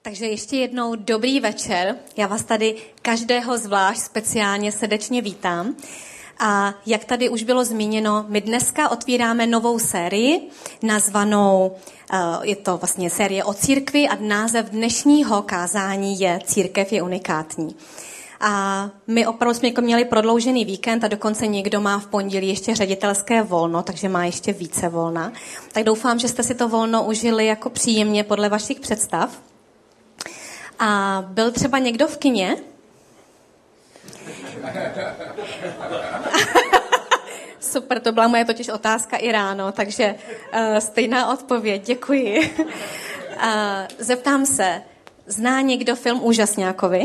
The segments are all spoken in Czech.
Takže ještě jednou dobrý večer. Já vás tady každého zvlášť speciálně srdečně vítám. A jak tady už bylo zmíněno, my dneska otvíráme novou sérii nazvanou, je to vlastně série o církvi a název dnešního kázání je Církev je unikátní. A my opravdu jsme jako měli prodloužený víkend a dokonce někdo má v pondělí ještě ředitelské volno, takže má ještě více volna. Tak doufám, že jste si to volno užili jako příjemně podle vašich představ. A byl třeba někdo v kině? Super, to byla moje totiž otázka i ráno, takže stejná odpověď, děkuji. Zeptám se, zná někdo film Úžasňákovi?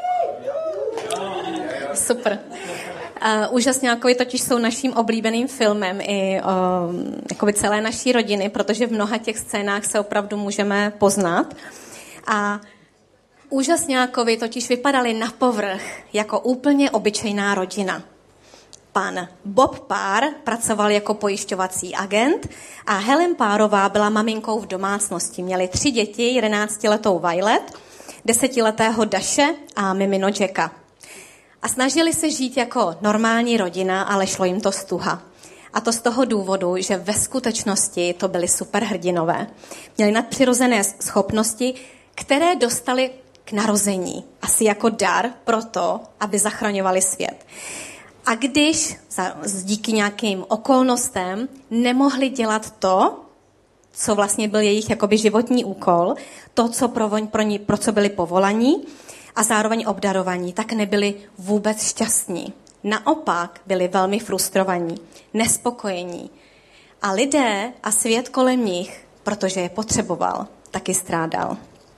Super. Úžasňákovi totiž jsou naším oblíbeným filmem i jakoby celé naší rodiny, protože v mnoha těch scénách se opravdu můžeme poznat. A Úžasňákovi totiž vypadali na povrch jako úplně obyčejná rodina. Pan Bob Parr pracoval jako pojišťovací agent a Helen Parrová byla maminkou v domácnosti. Měli 3 děti, 11letou Violet, 10letého Dashe a mimino Jacka. A snažili se žít jako normální rodina, ale šlo jim to stuha. A to z toho důvodu, že ve skutečnosti to byli superhrdinové. Měli nadpřirozené schopnosti, které dostali k narození. Asi jako dar pro to, aby zachraňovali svět. A když díky nějakým okolnostem nemohli dělat to, co vlastně byl jejich jakoby životní úkol, to, co pro co byli povolaní a zároveň obdarovaní, tak nebyli vůbec šťastní. Naopak byli velmi frustrovaní, nespokojení. A lidé a svět kolem nich, protože je potřeboval, taky strádal.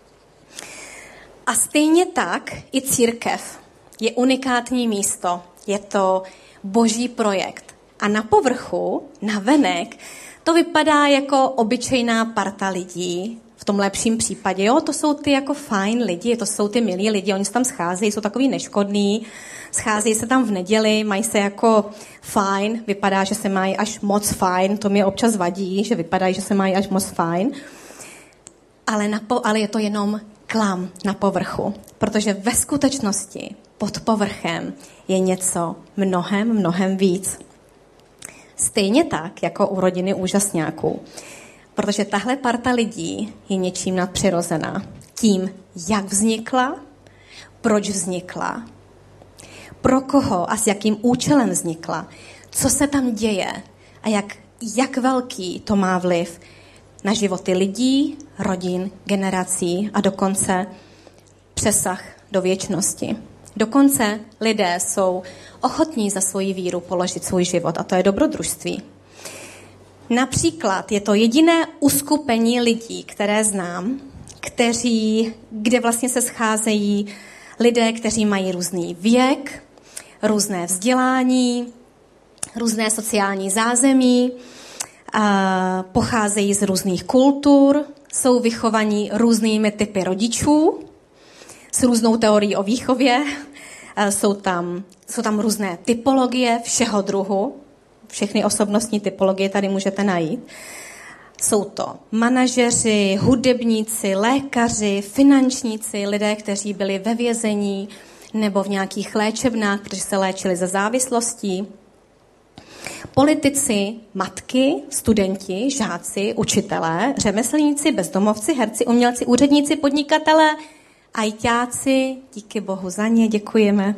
A stejně tak i církev je unikátní místo. Je to boží projekt. A na povrchu, na venek, to vypadá jako obyčejná parta lidí. V tom lepším případě, jo, to jsou ty jako fajn lidi, to jsou ty milí lidi, oni se tam scházejí, jsou takový neškodní, scházejí se tam v neděli, mají se jako fajn, vypadá, že se mají až moc fajn, to mě občas vadí, že vypadají, že se mají až moc fajn, ale je to jenom klam na povrchu, protože ve skutečnosti pod povrchem je něco mnohem víc. Stejně tak, jako u rodiny Úžasňáků. Protože tahle parta lidí je něčím nadpřirozená. Tím, jak vznikla, proč vznikla, pro koho a s jakým účelem vznikla, co se tam děje a jak velký to má vliv na životy lidí, rodin, generací a dokonce přesah do věčnosti. Dokonce lidé jsou ochotní za svoji víru položit svůj život a to je dobrodružství. Například je to jediné uskupení lidí, které znám, kde vlastně se scházejí lidé, kteří mají různý věk, různé vzdělání, různé sociální zázemí, pocházejí z různých kultur, jsou vychovaní různými typy rodičů, s různou teorií o výchově, jsou tam různé typologie všeho druhu, všechny osobnostní typologie tady můžete najít. Jsou to manažeři, hudebníci, lékaři, finančníci, lidé, kteří byli ve vězení nebo v nějakých léčebnách, protože se léčili ze závislostí. Politici, matky, studenti, žáci, učitelé, řemeslníci, bezdomovci, herci, umělci, úředníci, podnikatelé, ajťáci, díky Bohu za ně, děkujeme.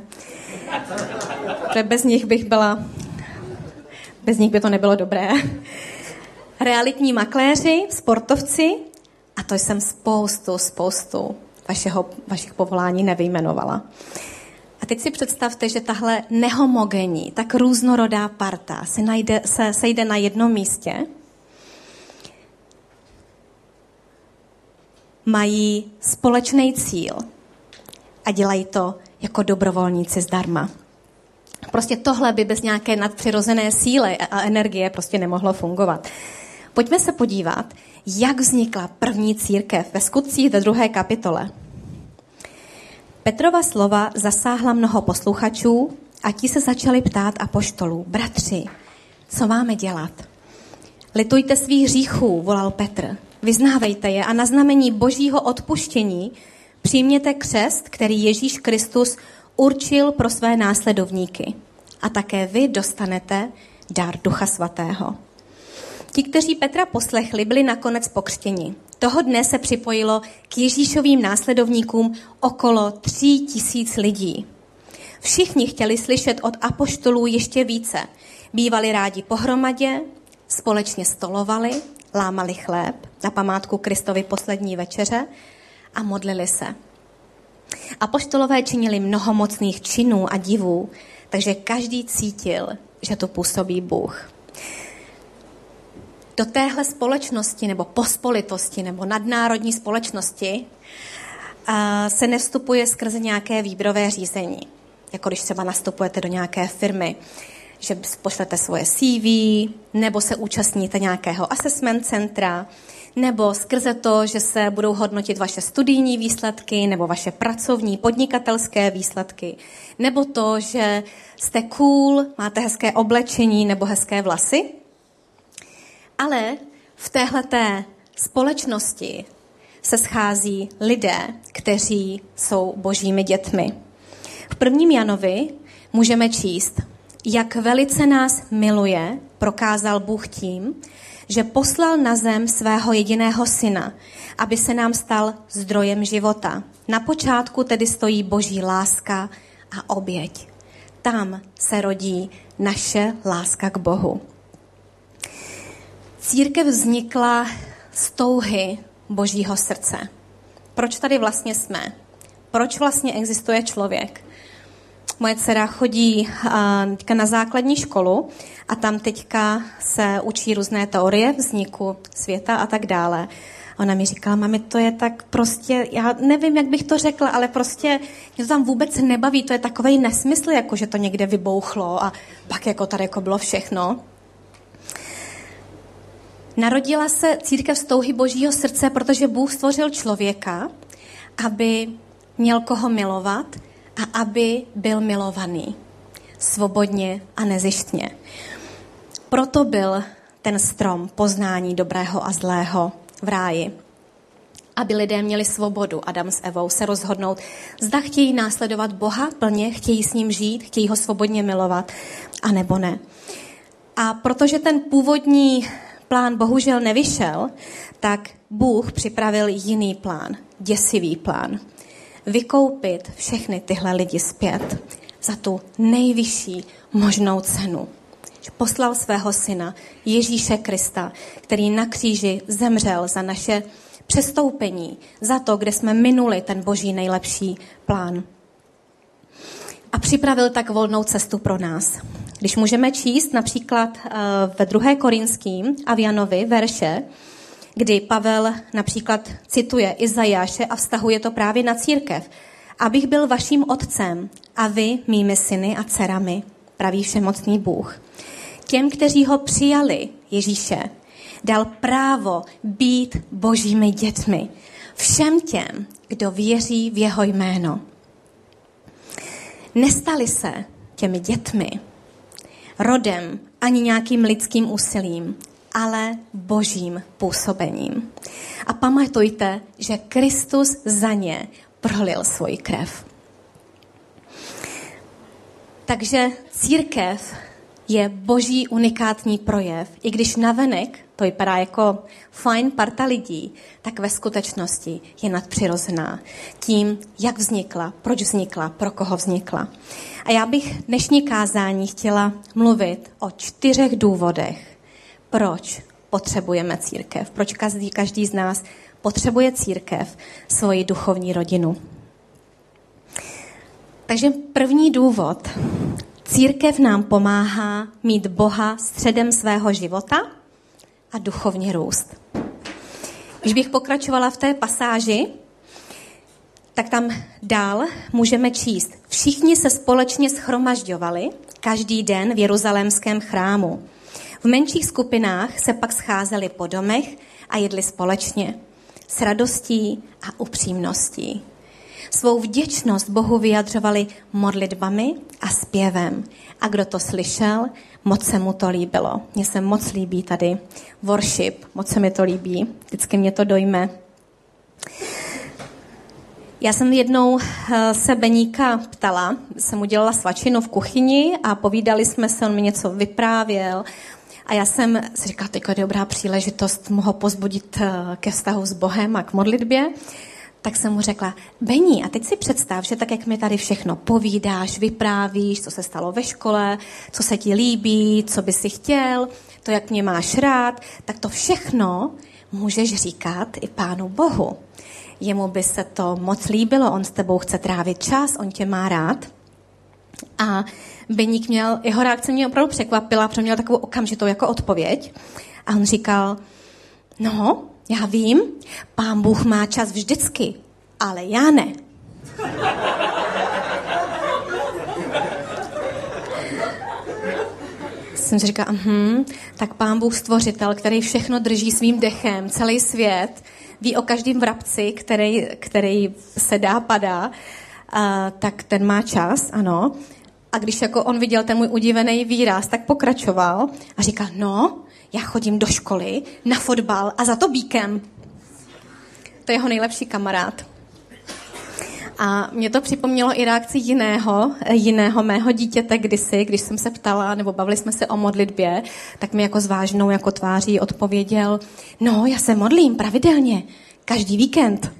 Bez nich by to nebylo dobré. Realitní makléři, sportovci a to jsem spoustu vašich povolání nevyjmenovala. A teď si představte, že tahle nehomogenní, tak různorodá parta se sejde na jednom místě, mají společný cíl a dělají to jako dobrovolníci zdarma. Prostě tohle by bez nějaké nadpřirozené síly a energie prostě nemohlo fungovat. Pojďme se podívat, jak vznikla první církev ve Skutcích ve 2. kapitole. Petrova slova zasáhla mnoho posluchačů a ti se začali ptát apoštolů. Bratři, co máme dělat? Litujte svých hříchů, volal Petr. Vyznávejte je a na znamení božího odpuštění Přijměte křest, který Ježíš Kristus určil pro své následovníky. A také vy dostanete dar Ducha Svatého. Ti, kteří Petra poslechli, byli nakonec pokřtěni. Toho dne se připojilo k Ježíšovým následovníkům okolo 3000 lidí. Všichni chtěli slyšet od apoštolů ještě více. Bývali rádi pohromadě, společně stolovali, lámali chléb na památku Kristovy poslední večeře a modlili se. Apoštolové činili mnoho mocných činů a divů, takže každý cítil, že to působí Bůh. Do téhle společnosti nebo pospolitosti nebo nadnárodní společnosti se nevstupuje skrze nějaké výběrové řízení. Jako když třeba nastupujete do nějaké firmy, že pošlete svoje CV, nebo se účastníte nějakého assessment centra, nebo skrze to, že se budou hodnotit vaše studijní výsledky, nebo vaše pracovní, podnikatelské výsledky, nebo to, že jste cool, máte hezké oblečení nebo hezké vlasy. Ale v téhleté společnosti se schází lidé, kteří jsou božími dětmi. V 1. Janovi můžeme číst, jak velice nás miluje, prokázal Bůh tím, že poslal na zem svého jediného syna, aby se nám stal zdrojem života. Na počátku tedy stojí boží láska a oběť. Tam se rodí naše láska k Bohu. Církev vznikla z touhy božího srdce. Proč tady vlastně jsme? Proč vlastně existuje člověk? Moje dcera chodí teďka na základní školu a tam teďka se učí různé teorie vzniku světa a tak dále. Ona mi říkala, mami, to je tak prostě, já nevím, jak bych to řekla, ale prostě mě to tam vůbec nebaví, to je takovej nesmysl, jako že to někde vybouchlo a pak jako tady jako bylo všechno. Narodila se církev z touhy božího srdce, protože Bůh stvořil člověka, aby měl koho milovat a aby byl milovaný svobodně a nezištně. Proto byl ten strom poznání dobrého a zlého v ráji. Aby lidé měli svobodu, Adam s Evou, se rozhodnout, zda chtějí následovat Boha plně, chtějí s ním žít, chtějí ho svobodně milovat, anebo ne. A protože ten původní plán bohužel nevyšel, tak Bůh připravil jiný plán, děsivý plán. Vykoupit všechny tyhle lidi zpět za tu nejvyšší možnou cenu. Poslal svého syna Ježíše Krista, který na kříži zemřel za naše přestoupení, za to, kde jsme minuli ten boží nejlepší plán. A připravil tak volnou cestu pro nás. Když můžeme číst například ve 2. Korinským a v Janovi verše, kdy Pavel například cituje Izajáše a vztahuje to právě na církev. Abych byl vaším otcem a vy mými syny a dcerami, praví všemocný Bůh. Těm, kteří ho přijali, Ježíše, dal právo být božími dětmi. Všem těm, kdo věří v jeho jméno. Nestali se těmi dětmi rodem ani nějakým lidským úsilím, ale božím působením. A pamatujte, že Kristus za ně prolil svoji krev. Takže církev je boží unikátní projev. I když navenek to vypadá jako fajn parta lidí, tak ve skutečnosti je nadpřirozená tím, jak vznikla, proč vznikla, pro koho vznikla. A já bych dnešní kázání chtěla mluvit o 4 důvodech, proč potřebujeme církev, proč každý z nás potřebuje církev, svoji duchovní rodinu. Takže první důvod. Církev nám pomáhá mít Boha středem svého života a duchovně růst. Když bych pokračovala v té pasáži, tak tam dál můžeme číst. Všichni se společně shromažďovali každý den v jeruzalémském chrámu. V menších skupinách se pak scházeli po domech a jedli společně s radostí a upřímností. Svou vděčnost Bohu vyjadřovali modlitbami a zpěvem. A kdo to slyšel, moc se mu to líbilo. Mně se moc líbí tady worship, moc se mi to líbí, vždycky mě to dojme. Já jsem jednou se Beníka ptala, jsem udělala svačinu v kuchyni a povídali jsme se, on mi něco vyprávěl a já jsem si říkala, teď je dobrá příležitost mu ho pozbudit ke vztahu s Bohem a k modlitbě. Tak jsem mu řekla, Bení, a teď si představ, že tak, jak mi tady všechno povídáš, vyprávíš, co se stalo ve škole, co se ti líbí, co by si chtěl, to, jak mě máš rád, tak to všechno můžeš říkat i Pánu Bohu. Jemu by se to moc líbilo, on s tebou chce trávit čas, on tě má rád. A Beník měl, jeho reakce mě opravdu překvapila, protože měl takovou okamžitou jako odpověď. A on říkal, no, já vím, Pán Bůh má čas vždycky, ale já ne. Jsem si říkala, tak Pán Bůh stvořitel, který všechno drží svým dechem, celý svět, ví o každém vrabci, který se dá, padá, tak ten má čas, ano. A když jako on viděl ten můj udivený výraz, tak pokračoval a říkal, no, já chodím do školy, na fotbal a za to bíkem. To je jeho nejlepší kamarád. A mě to připomnělo i reakci jiného mého dítěte kdysi, když jsem se ptala, nebo bavili jsme se o modlitbě, tak mi jako s vážnou jako tváří odpověděl, no, já se modlím pravidelně, každý víkend.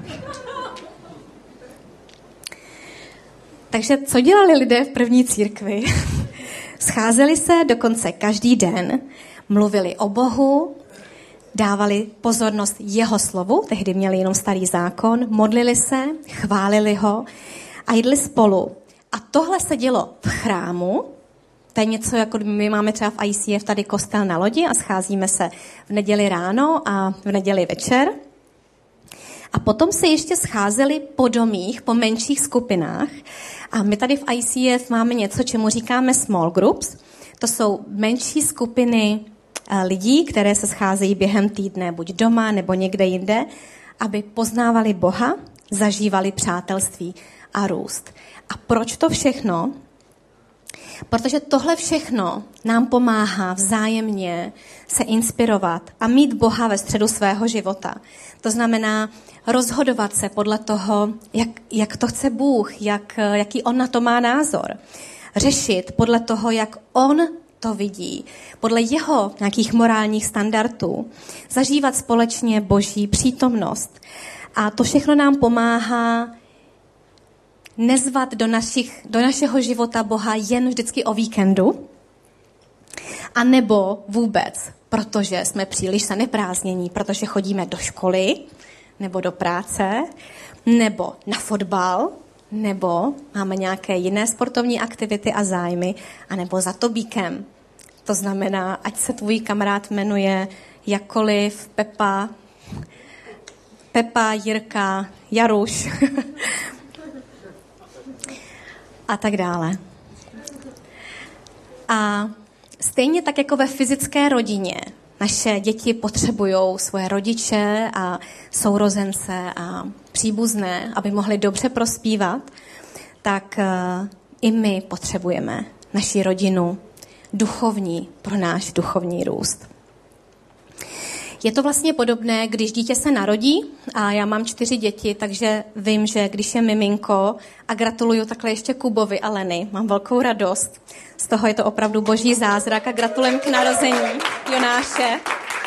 Takže co dělali lidé v první církvi? Scházeli se dokonce každý den, mluvili o Bohu, dávali pozornost jeho slovu, tehdy měli jenom starý zákon, modlili se, chválili ho a jedli spolu. A tohle se dělo v chrámu, to je něco, jako my máme třeba v ICF tady kostel na lodi a scházíme se v neděli ráno a v neděli večer. A potom se ještě scházeli po domích, po menších skupinách. A my tady v ICF máme něco, čemu říkáme small groups. To jsou menší skupiny lidí, které se scházejí během týdne, buď doma nebo někde jinde, aby poznávali Boha, zažívali přátelství a růst. A proč to všechno? Protože tohle všechno nám pomáhá vzájemně se inspirovat a mít Boha ve středu svého života. To znamená rozhodovat se podle toho, jak to chce Bůh, jaký on na to má názor. Řešit podle toho, jak on to vidí, podle jeho nějakých morálních standardů. Zažívat společně Boží přítomnost. A to všechno nám pomáhá nezvat do našeho života Boha jen vždycky o víkendu, a nebo vůbec, protože jsme příliš zaneprázdnění, protože chodíme do školy, nebo do práce, nebo na fotbal, nebo máme nějaké jiné sportovní aktivity a zájmy, anebo za tobíkem. To znamená, ať se tvůj kamarád jmenuje jakkoliv, Pepa, Jirka, Jaruš a tak dále. A stejně tak jako ve fyzické rodině naše děti potřebují svoje rodiče a sourozence a příbuzné, aby mohli dobře prospívat, tak i my potřebujeme naši rodinu duchovní pro náš duchovní růst. Je to vlastně podobné, když dítě se narodí a já mám 4 děti, takže vím, že když je miminko a gratuluju takhle ještě Kubovi a Leny, mám velkou radost. Z toho je to opravdu boží zázrak a gratulujem k narození Jonáše.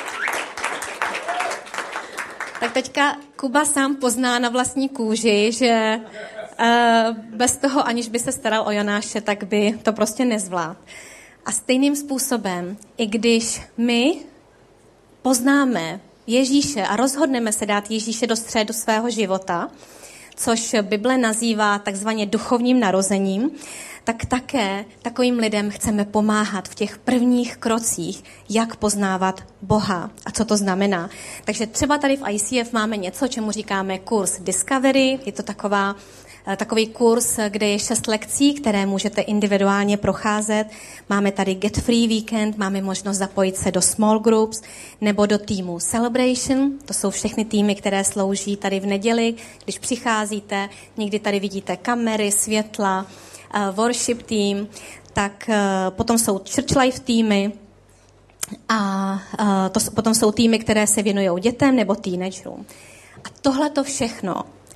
Tak teďka Kuba sám pozná na vlastní kůži, že bez toho, aniž by se staral o Jonáše, tak by to prostě nezvládl. A stejným způsobem, i když my poznáme Ježíše a rozhodneme se dát Ježíše do středu svého života, což Bible nazývá takzvaně duchovním narozením, tak také takovým lidem chceme pomáhat v těch prvních krocích, jak poznávat Boha a co to znamená. Takže třeba tady v ICF máme něco, čemu říkáme kurz Discovery. Je to takový kurz, kde je 6 lekcí, které můžete individuálně procházet. Máme tady Get Free Weekend, máme možnost zapojit se do small groups nebo do týmu Celebration. To jsou všechny týmy, které slouží tady v neděli. Když přicházíte, někdy tady vidíte kamery, světla, worship team, tak potom jsou church life týmy a potom jsou týmy, které se věnují dětem nebo teenagerům. A tohle to všechno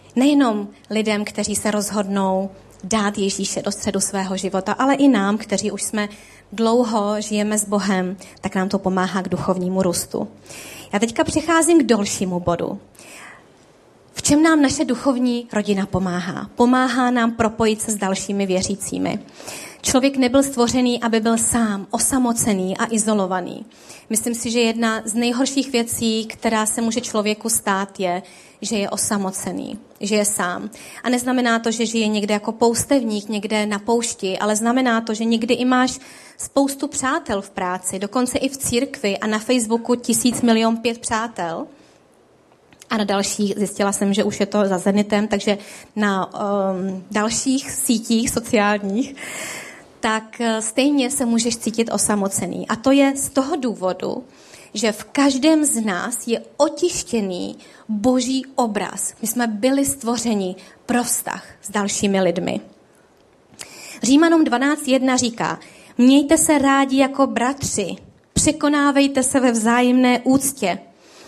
Nejenom lidem, kteří se rozhodnou dát Ježíše do středu svého života, ale i nám, kteří už jsme dlouho žijeme s Bohem, tak nám to pomáhá k duchovnímu růstu. Já teďka přicházím k dalšímu bodu. V čem nám naše duchovní rodina pomáhá? Pomáhá nám propojit se s dalšími věřícími. Člověk nebyl stvořený, aby byl sám, osamocený a izolovaný. Myslím si, že jedna z nejhorších věcí, která se může člověku stát, je, že je osamocený, že je sám. A neznamená to, že žije někde jako poustevník, někde na poušti, ale znamená to, že někdy i máš spoustu přátel v práci, dokonce i v církvi a na Facebooku 1 000 000 5 přátel. A na dalších, zjistila jsem, že už je to za Zenitem, takže na dalších sítích sociálních, tak stejně se můžeš cítit osamocený. A to je z toho důvodu, že v každém z nás je otištěný Boží obraz. My jsme byli stvořeni pro vztah s dalšími lidmi. Římanům 12:1 říká, mějte se rádi jako bratři, překonávejte se ve vzájemné úctě.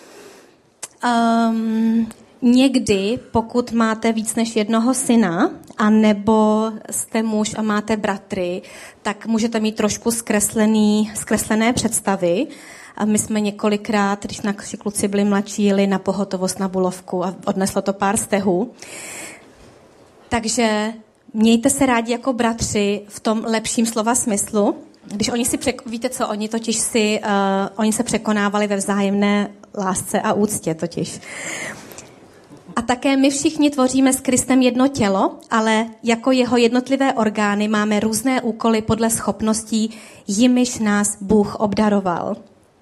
Někdy, pokud máte víc než jednoho syna, anebo jste muž a máte bratry, tak můžete mít trošku zkreslené představy. A my jsme několikrát, když naši kluci byli mladší, jeli na pohotovost na Bulovku a odneslo to pár stehů. Takže mějte se rádi jako bratři v tom lepším slova smyslu. Když oni víte co, oni se překonávali ve vzájemné lásce a úctě totiž. A také my všichni tvoříme s Kristem jedno tělo, ale jako jeho jednotlivé orgány máme různé úkoly podle schopností, jimiž nás Bůh obdaroval.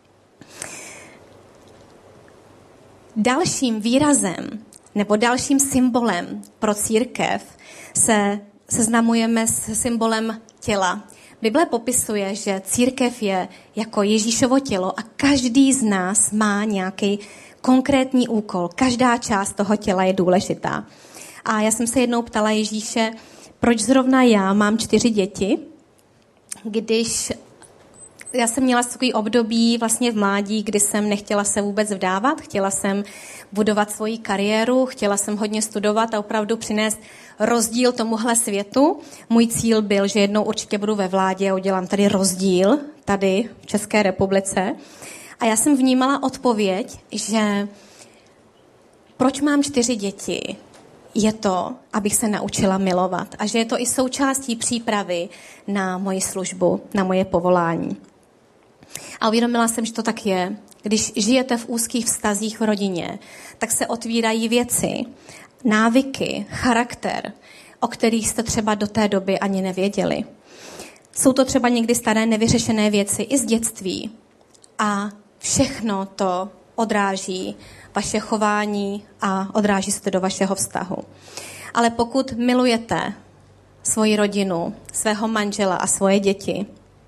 Dalším výrazem nebo dalším symbolem pro církev se seznamujeme s symbolem těla. Bible popisuje, že církev je jako Ježíšovo tělo a každý z nás má nějaký konkrétní úkol. Každá část toho těla je důležitá. A já jsem se jednou ptala Ježíše, proč zrovna já mám 4 děti, když já jsem měla takový období vlastně v mládí, kdy jsem nechtěla se vůbec vdávat, chtěla jsem budovat svoji kariéru, chtěla jsem hodně studovat a opravdu přinést rozdíl tomuhle světu. Můj cíl byl, že jednou určitě budu ve vládě a udělám tady rozdíl tady v České republice. A já jsem vnímala odpověď, že proč mám 4 děti, je to, abych se naučila milovat a že je to i součástí přípravy na moji službu, na moje povolání. A uvědomila jsem, že to tak je. Když žijete v úzkých vztazích v rodině, tak se otvírají věci, návyky, charakter, o kterých jste třeba do té doby ani nevěděli. Jsou to třeba někdy staré nevyřešené věci i z dětství. A všechno to odráží vaše chování a odráží se to do vašeho vztahu. Ale pokud milujete svoji rodinu, svého manžela a svoje děti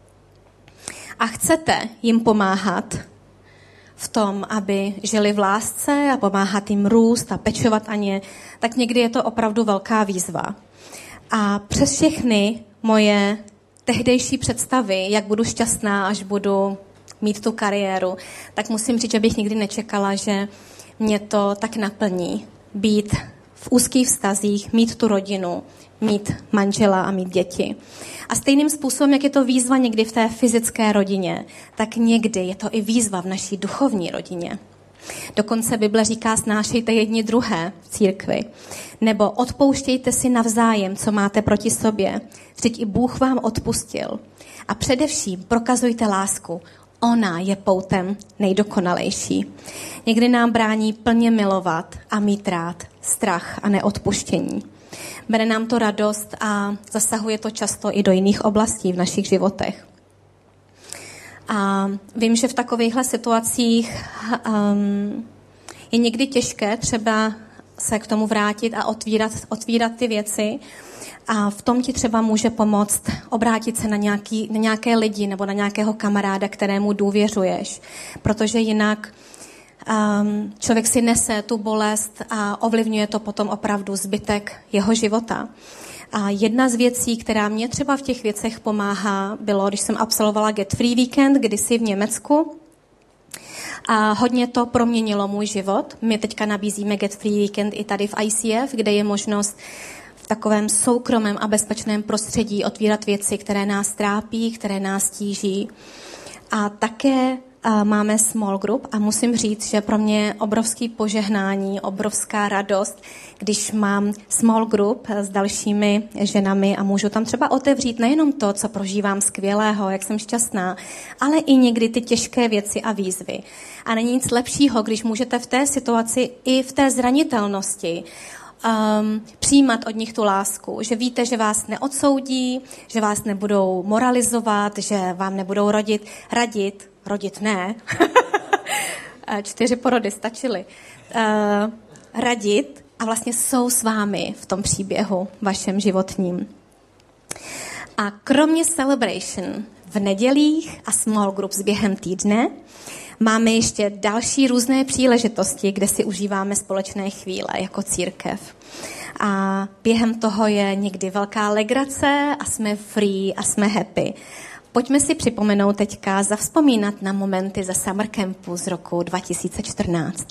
a chcete jim pomáhat v tom, aby žili v lásce a pomáhat jim růst a pečovat o ně, tak někdy je to opravdu velká výzva. A přes všechny moje tehdejší představy, jak budu šťastná, až budu mít tu kariéru, tak musím říct, že bych nikdy nečekala, že mě to tak naplní. Být v úzkých vztazích, mít tu rodinu, mít manžela a mít děti. A stejným způsobem, jak je to výzva někdy v té fyzické rodině, tak někdy je to i výzva v naší duchovní rodině. Dokonce Bible říká, snášejte jedni druhé v církvi. Nebo odpouštějte si navzájem, co máte proti sobě. Vždyť i Bůh vám odpustil. A především prokazujte lásku. Ona je poutem nejdokonalejší. Někdy nám brání plně milovat a mít rád strach a neodpuštění. Bere nám to radost a zasahuje to často i do jiných oblastí v našich životech. A vím, že v takovýchhle situacích je někdy těžké třeba se k tomu vrátit a otvírat ty věci. A v tom ti třeba může pomoct obrátit se na nějaké lidi nebo na nějakého kamaráda, kterému důvěřuješ. Protože jinak člověk si nese tu bolest a ovlivňuje to potom opravdu zbytek jeho života. A jedna z věcí, která mě třeba v těch věcech pomáhá, bylo, když jsem absolvovala Get Free Weekend kdysi v Německu. A hodně to proměnilo můj život. My teďka nabízíme Get Free Weekend i tady v ICF, kde je možnost v takovém soukromém a bezpečném prostředí otvírat věci, které nás trápí, které nás tíží. A také máme small group a musím říct, že pro mě je obrovský požehnání, obrovská radost, když mám small group s dalšími ženami a můžu tam třeba otevřít nejenom to, co prožívám skvělého, jak jsem šťastná, ale i někdy ty těžké věci a výzvy. A není nic lepšího, když můžete v té situaci i v té zranitelnosti přijímat od nich tu lásku, že víte, že vás neodsoudí, že vás nebudou moralizovat, že vám nebudou radit ne, 4 porody stačily, radit a vlastně jsou s vámi v tom příběhu vašem životním. A kromě celebration v nedělích a small groups během týdne máme ještě další různé příležitosti, kde si užíváme společné chvíle jako církev. A během toho je někdy velká legrace a jsme free a jsme happy. Pojďme si připomenout teďka zavzpomínat na momenty ze Summer Campu z roku 2014.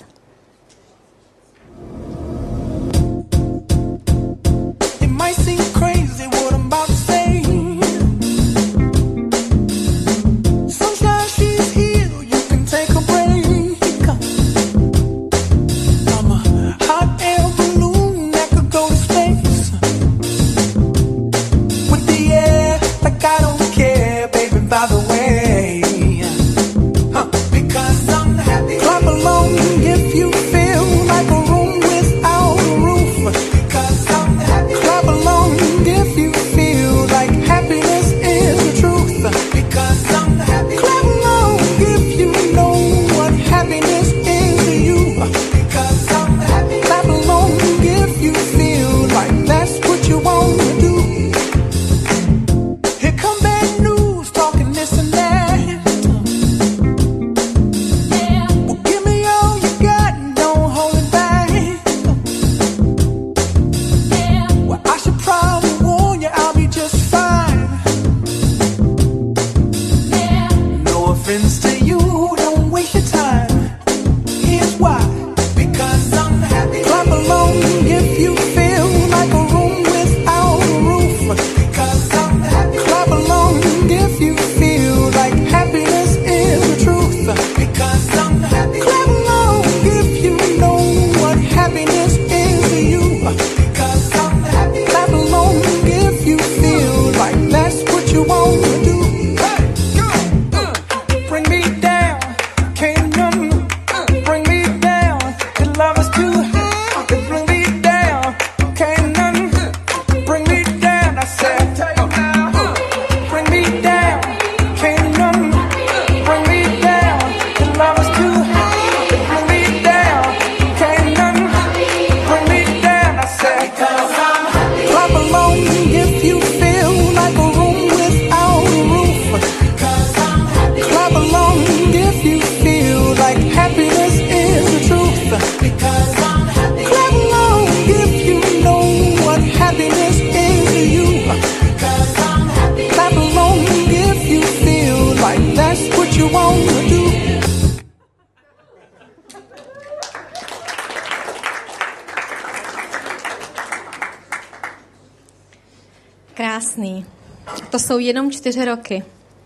Krásný. To jsou jenom 4 roky.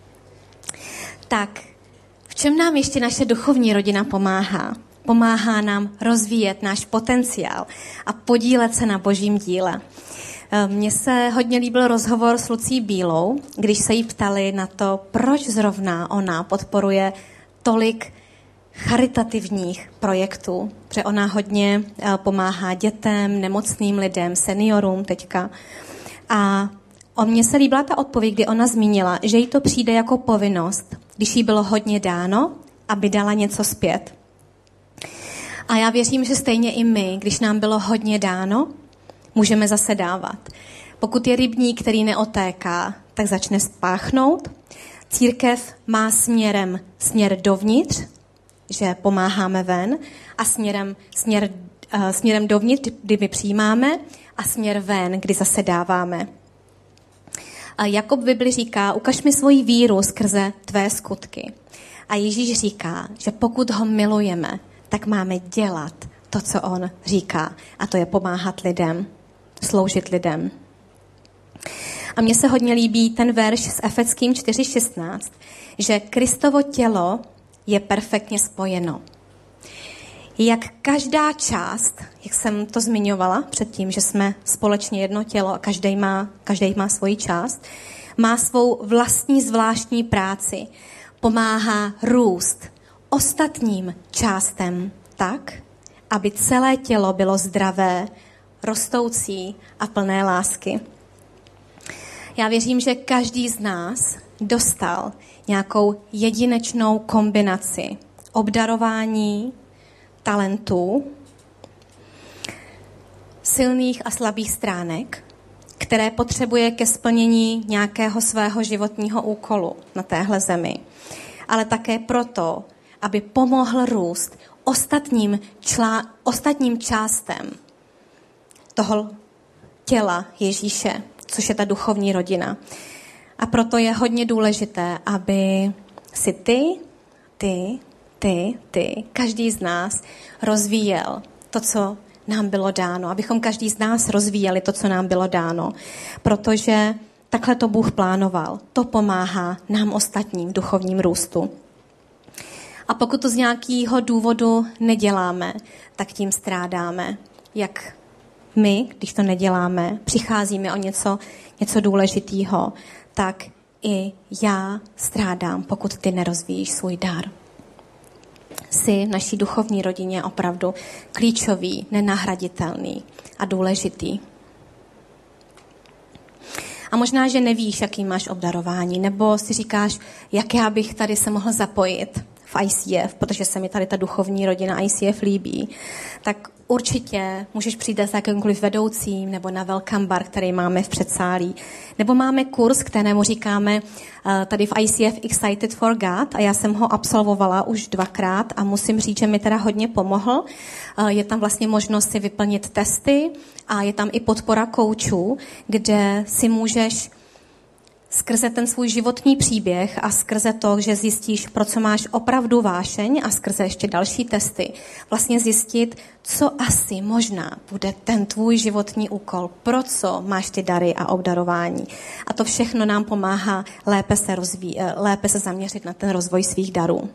Tak, v čem nám ještě naše duchovní rodina pomáhá? Pomáhá nám rozvíjet náš potenciál a podílet se na božím díle. Mně se hodně líbil rozhovor s Lucí Bílou, když se jí ptali na to, proč zrovna ona podporuje tolik charitativních projektů, protože ona hodně pomáhá dětem, nemocným lidem, seniorům teďka. A o mně se líbila ta odpověď, kdy ona zmínila, že jí to přijde jako povinnost, když jí bylo hodně dáno, aby dala něco zpět. A já věřím, že stejně i my, když nám bylo hodně dáno, můžeme zase dávat. Pokud je rybník, který neotéká, tak začne spáchnout. Církev má směr dovnitř, že pomáháme ven, a směrem dovnitř, kdy my přijímáme, a směr ven, kdy zase dáváme. A Jakub v Bibli říká, ukaž mi svoji víru skrze tvé skutky. A Ježíš říká, že pokud ho milujeme, tak máme dělat to, co on říká. A to je pomáhat lidem, sloužit lidem. A mně se hodně líbí ten verš s Efeským 4.16, že Kristovo tělo je perfektně spojeno. Jak každá část, jak jsem to zmiňovala předtím, že jsme společně jedno tělo a každý má svoji část, má svou vlastní zvláštní práci, pomáhá růst ostatním částem tak, aby celé tělo bylo zdravé, rostoucí a plné lásky. Já věřím, že každý z nás dostal nějakou jedinečnou kombinaci obdarování, talentů, silných a slabých stránek, které potřebuje ke splnění nějakého svého životního úkolu na téhle zemi. Ale také proto, aby pomohl růst ostatním částem toho těla Ježíše, což je ta duchovní rodina. A proto je hodně důležité, aby si ty, každý z nás rozvíjel to, co nám bylo dáno. Abychom každý z nás rozvíjeli to, co nám bylo dáno. Protože takhle to Bůh plánoval. To pomáhá nám ostatním v duchovním růstu. A pokud to z nějakého důvodu neděláme, tak tím strádáme. Jak my, když to neděláme, přicházíme o něco důležitého, tak i já strádám, pokud ty nerozvíjíš svůj dar. Jsi v naší duchovní rodině opravdu klíčový, nenahraditelný a důležitý. A možná, že nevíš, jaký máš obdarování, nebo si říkáš, jak já bych tady se mohl zapojit v ICF, protože se mi tady ta duchovní rodina ICF líbí, tak určitě můžeš přijít s jakýmkoliv vedoucím nebo na welcome bar, který máme v předsálí. Nebo máme kurz, kterému říkáme tady v ICF Excited for God a já jsem ho absolvovala už 2krát a musím říct, že mi teda hodně pomohl. Je tam vlastně možnost si vyplnit testy a je tam i podpora koučů, kde si můžeš skrze ten svůj životní příběh a skrze to, že zjistíš, pro co máš opravdu vášeň a skrze ještě další testy, vlastně zjistit, co asi možná bude ten tvůj životní úkol, pro co máš ty dary a obdarování. A to všechno nám pomáhá lépe se zaměřit na ten rozvoj svých darů.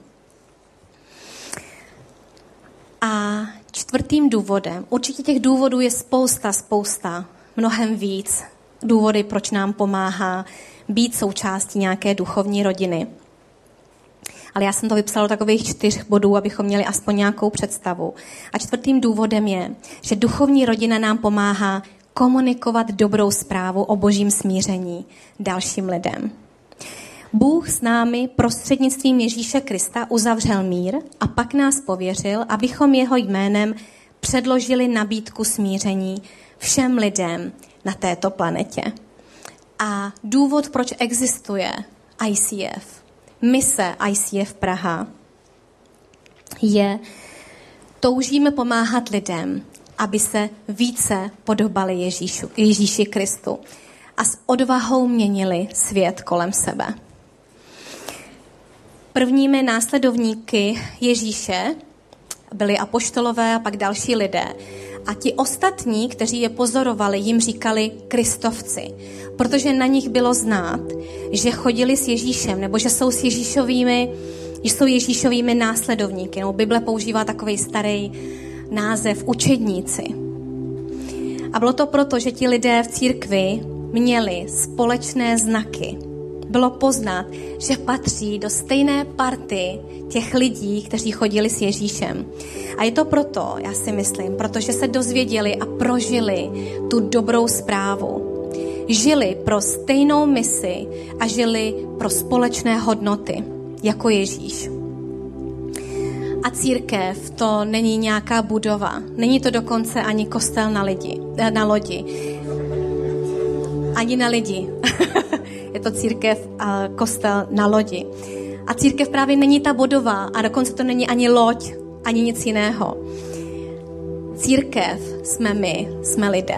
A čtvrtým důvodem, určitě těch důvodů je spousta, mnohem víc, důvody, proč nám pomáhá být součástí nějaké duchovní rodiny. Ale já jsem to vypsala do takových 4 bodů, abychom měli aspoň nějakou představu. A čtvrtým důvodem je, že duchovní rodina nám pomáhá komunikovat dobrou zprávu o božím smíření dalším lidem. Bůh s námi prostřednictvím Ježíše Krista uzavřel mír a pak nás pověřil, abychom jeho jménem předložili nabídku smíření všem lidem na této planetě. A důvod, proč existuje ICF, mise ICF Praha, je, toužíme pomáhat lidem, aby se více podobali Ježíši Kristu a s odvahou měnili svět kolem sebe. Prvními následovníky Ježíše byli apoštolové a pak další lidé. A ti ostatní, kteří je pozorovali, jim říkali Kristovci, protože na nich bylo znát, že chodili s Ježíšem, nebo že jsou Ježíšovými následovníky. Nebo Bible používá takový starý název učedníci. A bylo to proto, že ti lidé v církvi měli společné znaky. Bylo poznat, že patří do stejné party těch lidí, kteří chodili s Ježíšem. A je to proto, já si myslím, protože se dozvěděli a prožili tu dobrou zprávu. Žili pro stejnou misi a žili pro společné hodnoty, jako Ježíš. A církev to není nějaká budova. Není to dokonce ani kostel na lodi. Ani na lidi. Je to církev a kostel na lodi. A církev právě není ta budova a dokonce to není ani loď, ani nic jiného. Církev jsme my, jsme lidé.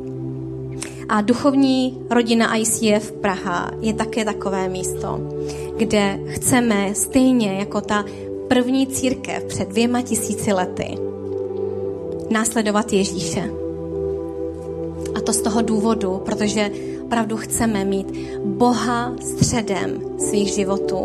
A duchovní rodina ICF Praha je také takové místo, kde chceme stejně jako ta první církev před 2000 lety následovat Ježíše. A to z toho důvodu, protože opravdu chceme mít Boha středem svých životů.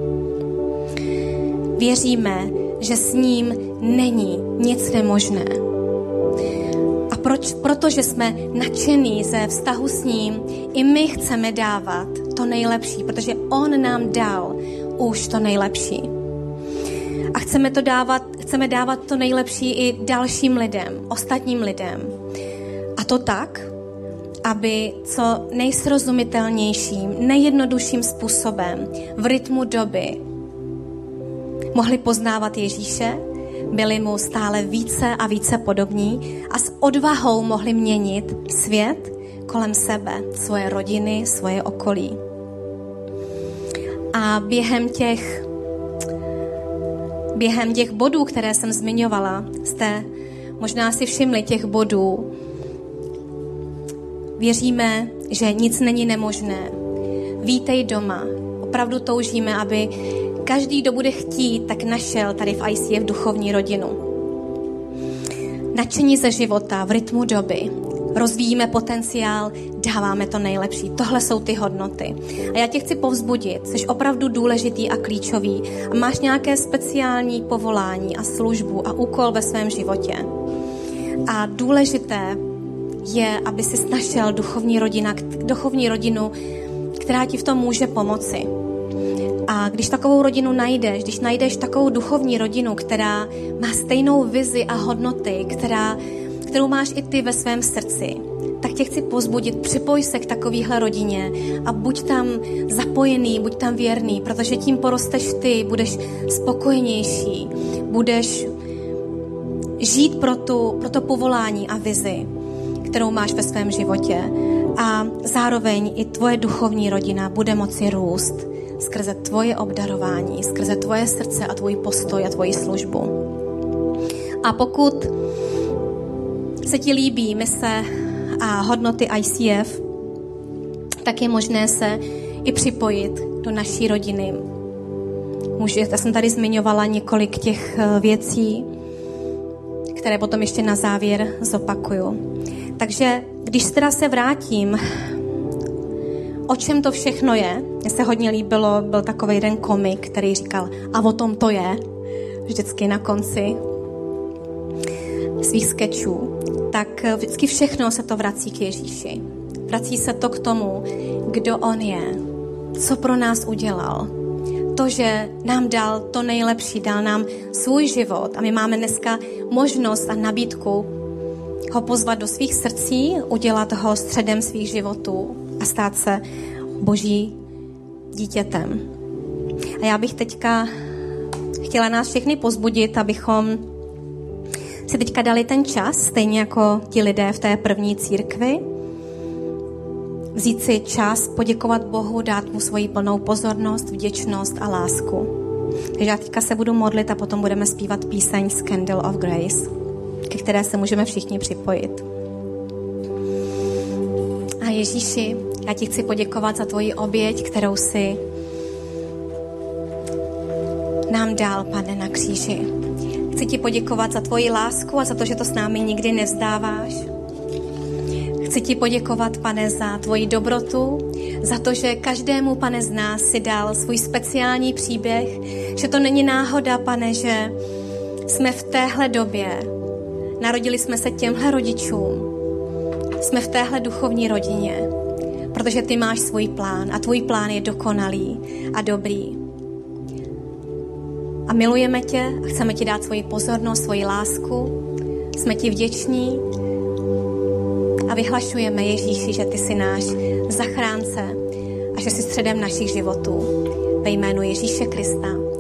Věříme, že s ním není nic nemožné. A protože jsme nadšení ze vztahu s ním, i my chceme dávat to nejlepší, protože on nám dal už to nejlepší. A chceme dávat to nejlepší i dalším lidem, ostatním lidem. A to tak, aby co nejsrozumitelnějším, nejjednodušším způsobem v rytmu doby mohli poznávat Ježíše, byli mu stále více a více podobní a s odvahou mohli měnit svět kolem sebe, svoje rodiny, svoje okolí. A během těch bodů, které jsem zmiňovala, jste možná si všimli těch bodů. Věříme, že nic není nemožné. Vítej doma. Opravdu toužíme, aby každý, kdo bude chtít, tak našel tady v ICF duchovní rodinu. Nadšení ze života v rytmu doby. Rozvíjíme potenciál, dáváme to nejlepší. Tohle jsou ty hodnoty. A já tě chci povzbudit, jsi opravdu důležitý a klíčový a máš nějaké speciální povolání a službu a úkol ve svém životě. A důležité je, aby si našel duchovní rodinu, která ti v tom může pomoci. A když takovou rodinu najdeš, když najdeš takovou duchovní rodinu, která má stejnou vizi a hodnoty, kterou máš i ty ve svém srdci, tak tě chci povzbudit, připoj se k takovéhle rodině a buď tam zapojený, buď tam věrný, protože tím porosteš ty, budeš spokojenější, budeš žít pro to povolání a vizi, kterou máš ve svém životě. A zároveň i tvoje duchovní rodina bude moci růst skrze tvoje obdarování, skrze tvoje srdce a tvůj postoj a tvoji službu. A pokud se ti líbí mise a hodnoty ICF, tak je možné se i připojit do naší rodiny. Já jsem tady zmiňovala několik těch věcí, které potom ještě na závěr zopakuju. Takže když teda se vrátím, o čem to všechno je, mně se hodně líbilo, byl takový jeden komik, který říkal, a o tom to je, vždycky na konci svých skečů, tak vždycky všechno se to vrací k Ježíši. Vrací se to k tomu, kdo on je, co pro nás udělal. To, že nám dal to nejlepší, dal nám svůj život a my máme dneska možnost a nabídku ho pozvat do svých srdcí, udělat ho středem svých životů a stát se Boží dítětem. A já bych teďka chtěla nás všechny povzbudit, abychom si teďka dali ten čas, stejně jako ti lidé v té první církvi, vzít si čas, poděkovat Bohu, dát mu svoji plnou pozornost, vděčnost a lásku. Takže já teďka se budu modlit a potom budeme zpívat píseň Candle of Grace, ke které se můžeme všichni připojit. A Ježíši, já ti chci poděkovat za tvoji oběť, kterou jsi nám dal, Pane, na kříži. Chci ti poděkovat za tvoji lásku a za to, že to s námi nikdy nevzdáváš. Chci ti poděkovat, Pane, za tvoji dobrotu, za to, že každému, Pane, z nás si dal svůj speciální příběh, že to není náhoda, Pane, že jsme v téhle době, narodili jsme se těmhle rodičům, jsme v téhle duchovní rodině, protože ty máš svůj plán a tvůj plán je dokonalý a dobrý. A milujeme tě a chceme ti dát svoji pozornost, svoji lásku. Jsme ti vděční a vyhlašujeme, Ježíši, že ty jsi náš zachránce a že jsi středem našich životů. Ve jménu Ježíše Krista.